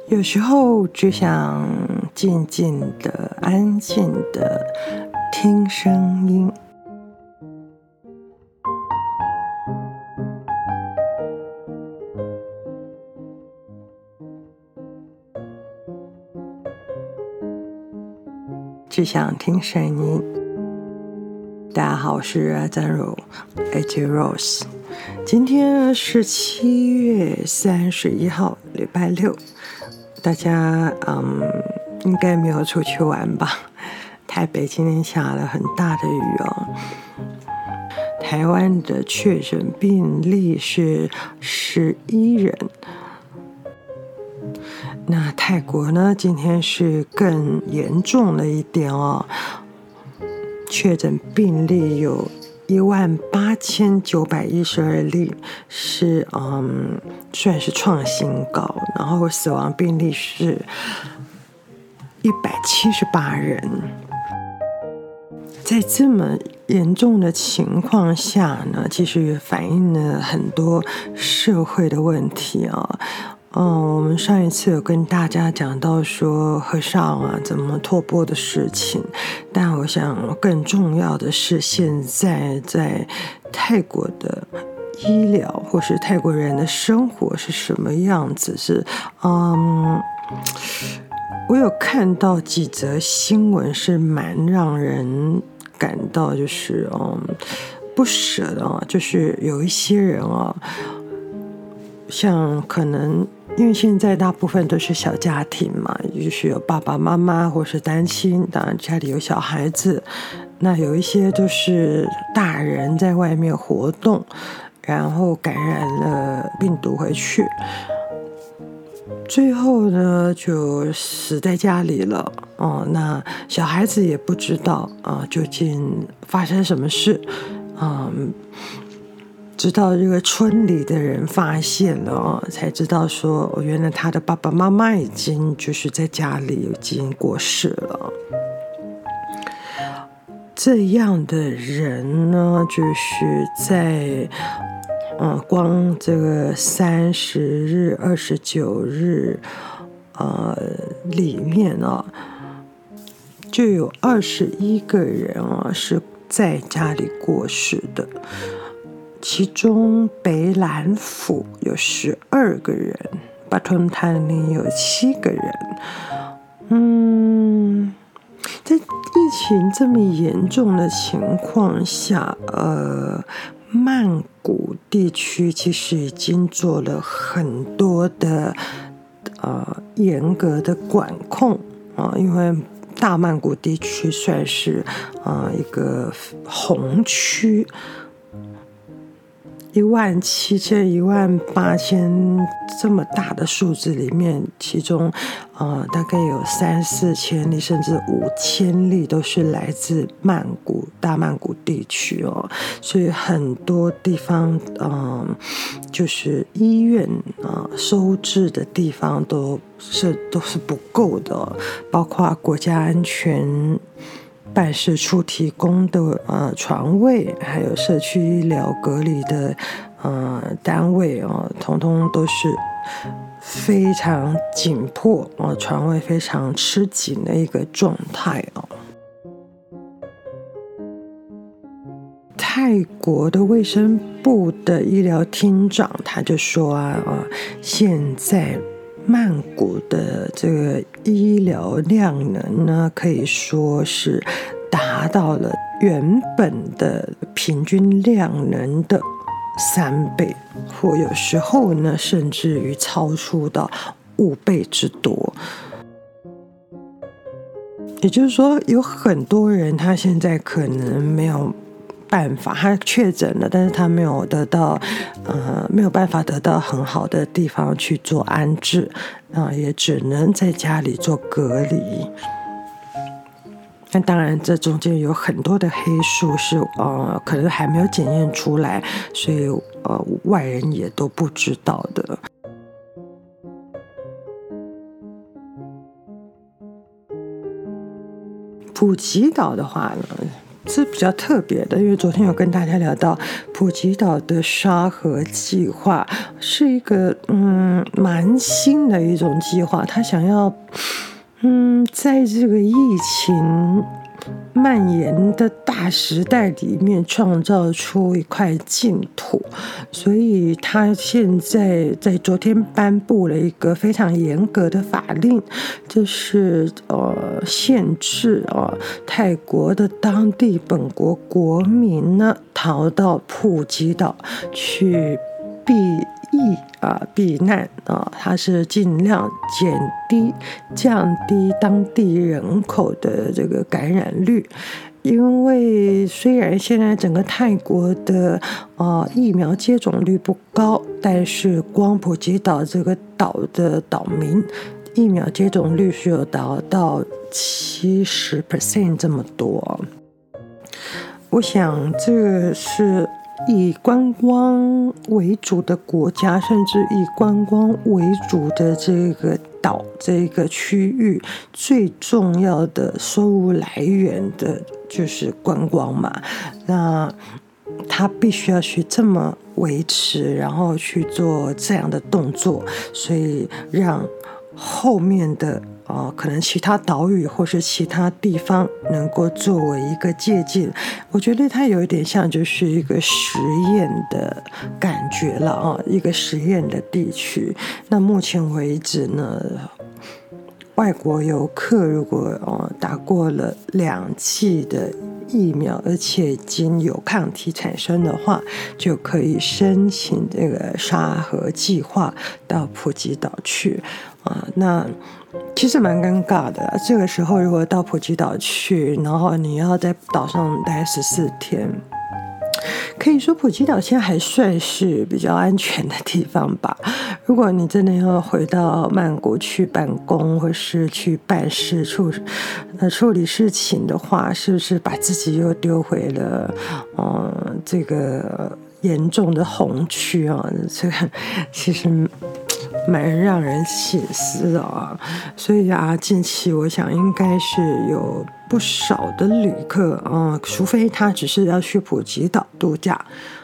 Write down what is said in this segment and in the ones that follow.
有时候只想静静的、安静的听声音。只想听声音。大家好，我是张柔 AJ Rose。今天是7月31号，礼拜六。大家应该没有出去玩吧？台北今天下了很大的雨哦。台湾的确诊病例是11人。那泰国呢？今天是更严重了一点哦。确诊病例有18912例，是算是创新高，然后死亡病例是178人。在这么严重的情况下呢，其实也反映了很多社会的问题啊。我们上一次有跟大家讲到说和尚怎么托钵的事情，但我想更重要的是，现在在泰国的医疗或是泰国人的生活是什么样子？我有看到几则新闻是蛮让人感到就是不舍的就是有一些人像可能因为现在大部分都是小家庭嘛，就是有爸爸妈妈或是单亲，当然家里有小孩子，那有一些就是大人在外面活动，然后感染了病毒回去，最后呢就死在家里了。那小孩子也不知道究竟发生什么事，直到这个村里的人发现了才知道说原来他的爸爸妈妈已经就是在家里已经过世了。这样的人呢，就是在光这个30日、29日里面就有21个人是在家里过世的。其中北兰府有12个人，巴吞坦尼有7个人。在疫情这么严重的情况下，曼谷地区其实已经做了很多的严格的管控因为大曼谷地区算是一个红区。17000、18000这么大的数字里面，其中大概有3-4千例甚至5000例都是来自大曼谷地区所以很多地方就是医院收治的地方都是不够的包括国家安全办事处提供的床位，还有社区医疗隔离的单位统统都是非常紧迫床位非常吃紧的一个状态泰国的卫生部的医疗厅长他就说现在曼谷的这个医疗量能呢，可以说是达到了原本的平均量能的3倍，或有时候呢，甚至于超出到5倍之多。也就是说，有很多人他现在可能没有办法，他确诊了，但是他没有办法得到很好的地方去做安置也只能在家里做隔离。那当然这中间有很多的黑数是可能还没有检验出来，所以外人也都不知道的。普吉岛的话呢， 是比较特别的，因为昨天有跟大家聊到普吉岛的沙盒计划是一个蛮新的一种计划，他想要在这个疫情蔓延的大时代里面创造出一块净土，所以他现在在昨天颁布了一个非常严格的法令，就是限制泰国的当地本国国民呢逃到普吉岛去避难它是尽量降低当地人口的这个感染率。因为虽然现在整个泰国的疫苗接种率不高，但是光普吉岛这个岛的岛民疫苗接种率是有达到70% 这么多。我想这个是以观光为主的国家，甚至以观光为主的这个岛这个区域最重要的收入来源的就是观光嘛，那他必须要去这么维持，然后去做这样的动作，所以让后面的可能其他岛屿或是其他地方能够作为一个借鉴。我觉得它有一点像就是一个实验的感觉了一个实验的地区。那目前为止呢，外国游客如果打过了2剂的疫苗，而且已经有抗体产生的话，就可以申请这个沙盒计划到普吉岛去那其实蛮尴尬的这个时候如果到普吉岛去，然后你要在岛上待14天，可以说普吉岛现在还算是比较安全的地方吧。如果你真的要回到曼谷去办公或是去办事处理事情的话，是不是把自己又丢回了这个严重的红区这个其实蛮让人省思的所以近期我想应该是有不少的旅客除非他只是要去普吉岛度假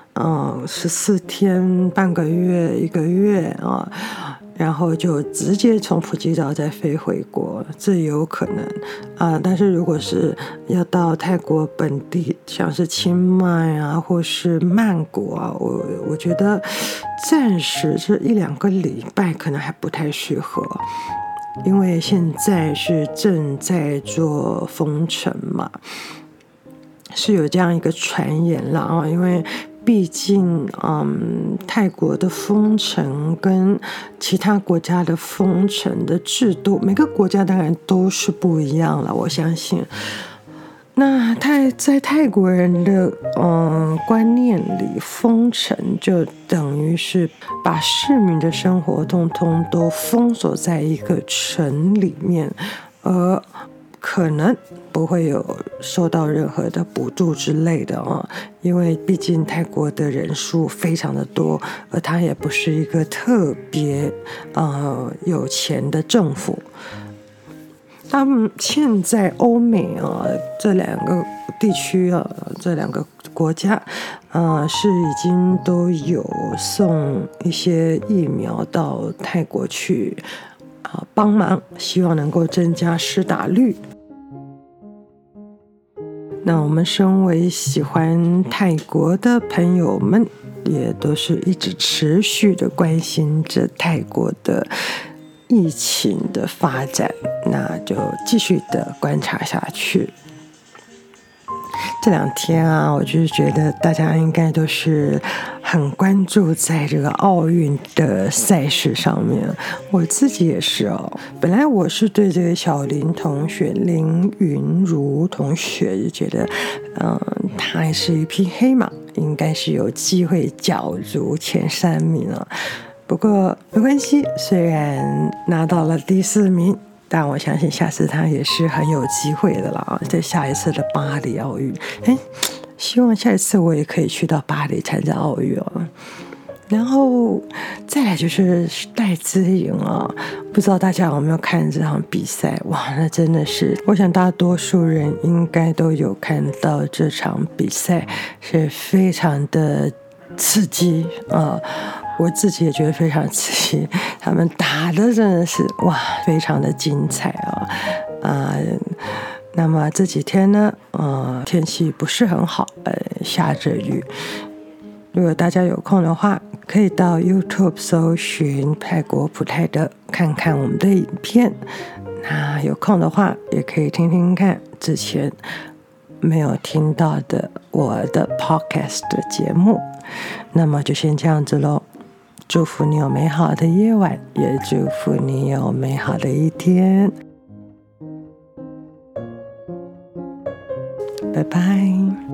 14天、半个月、1个月然后就直接从普吉岛再飞回国，这有可能但是如果是要到泰国本地，像是清迈或是曼谷我觉得暂时这1-2个礼拜可能还不太适合，因为现在是正在做封城嘛，是有这样一个传言啦因为毕竟泰国的封城跟其他国家的封城的制度，每个国家当然都是不一样了，我相信。那在泰国人的观念里，封城就等于是把市民的生活通通都封锁在一个城里面，而可能不会有受到任何的补助之类的因为毕竟泰国的人数非常的多，而它也不是一个特别有钱的政府。他们现在欧美这2个地区这2个国家是已经都有送一些疫苗到泰国去帮忙，希望能够增加施打率。那我们身为喜欢泰国的朋友们，也都是一直持续的关心着泰国的疫情的发展，那就继续的观察下去。这2天我就是觉得大家应该都是很关注在这个奥运的赛事上面，我自己也是本来我是对这个小林同学林云如同学就觉得她还是一匹黑马，应该是有机会角逐前3名不过没关系，虽然拿到了第4名，但我相信下次他也是很有机会的了在下一次的巴黎奥运希望下一次我也可以去到巴黎参加奥运然后再来就是戴资颖啊，不知道大家有没有看这场比赛？哇，那真的是，我想大多数人应该都有看到这场比赛，是非常的刺激啊。我自己也觉得非常刺激，他们打的真的是哇，非常的精彩那么这几天呢，天气不是很好，下着雨。如果大家有空的话，可以到 YouTube 搜寻泰国普泰德，看看我们的影片。那有空的话，也可以听听看之前没有听到的我的 Podcast 的节目。那么就先这样子咯，祝福你有美好的夜晚，也祝福你有美好的一天。拜拜。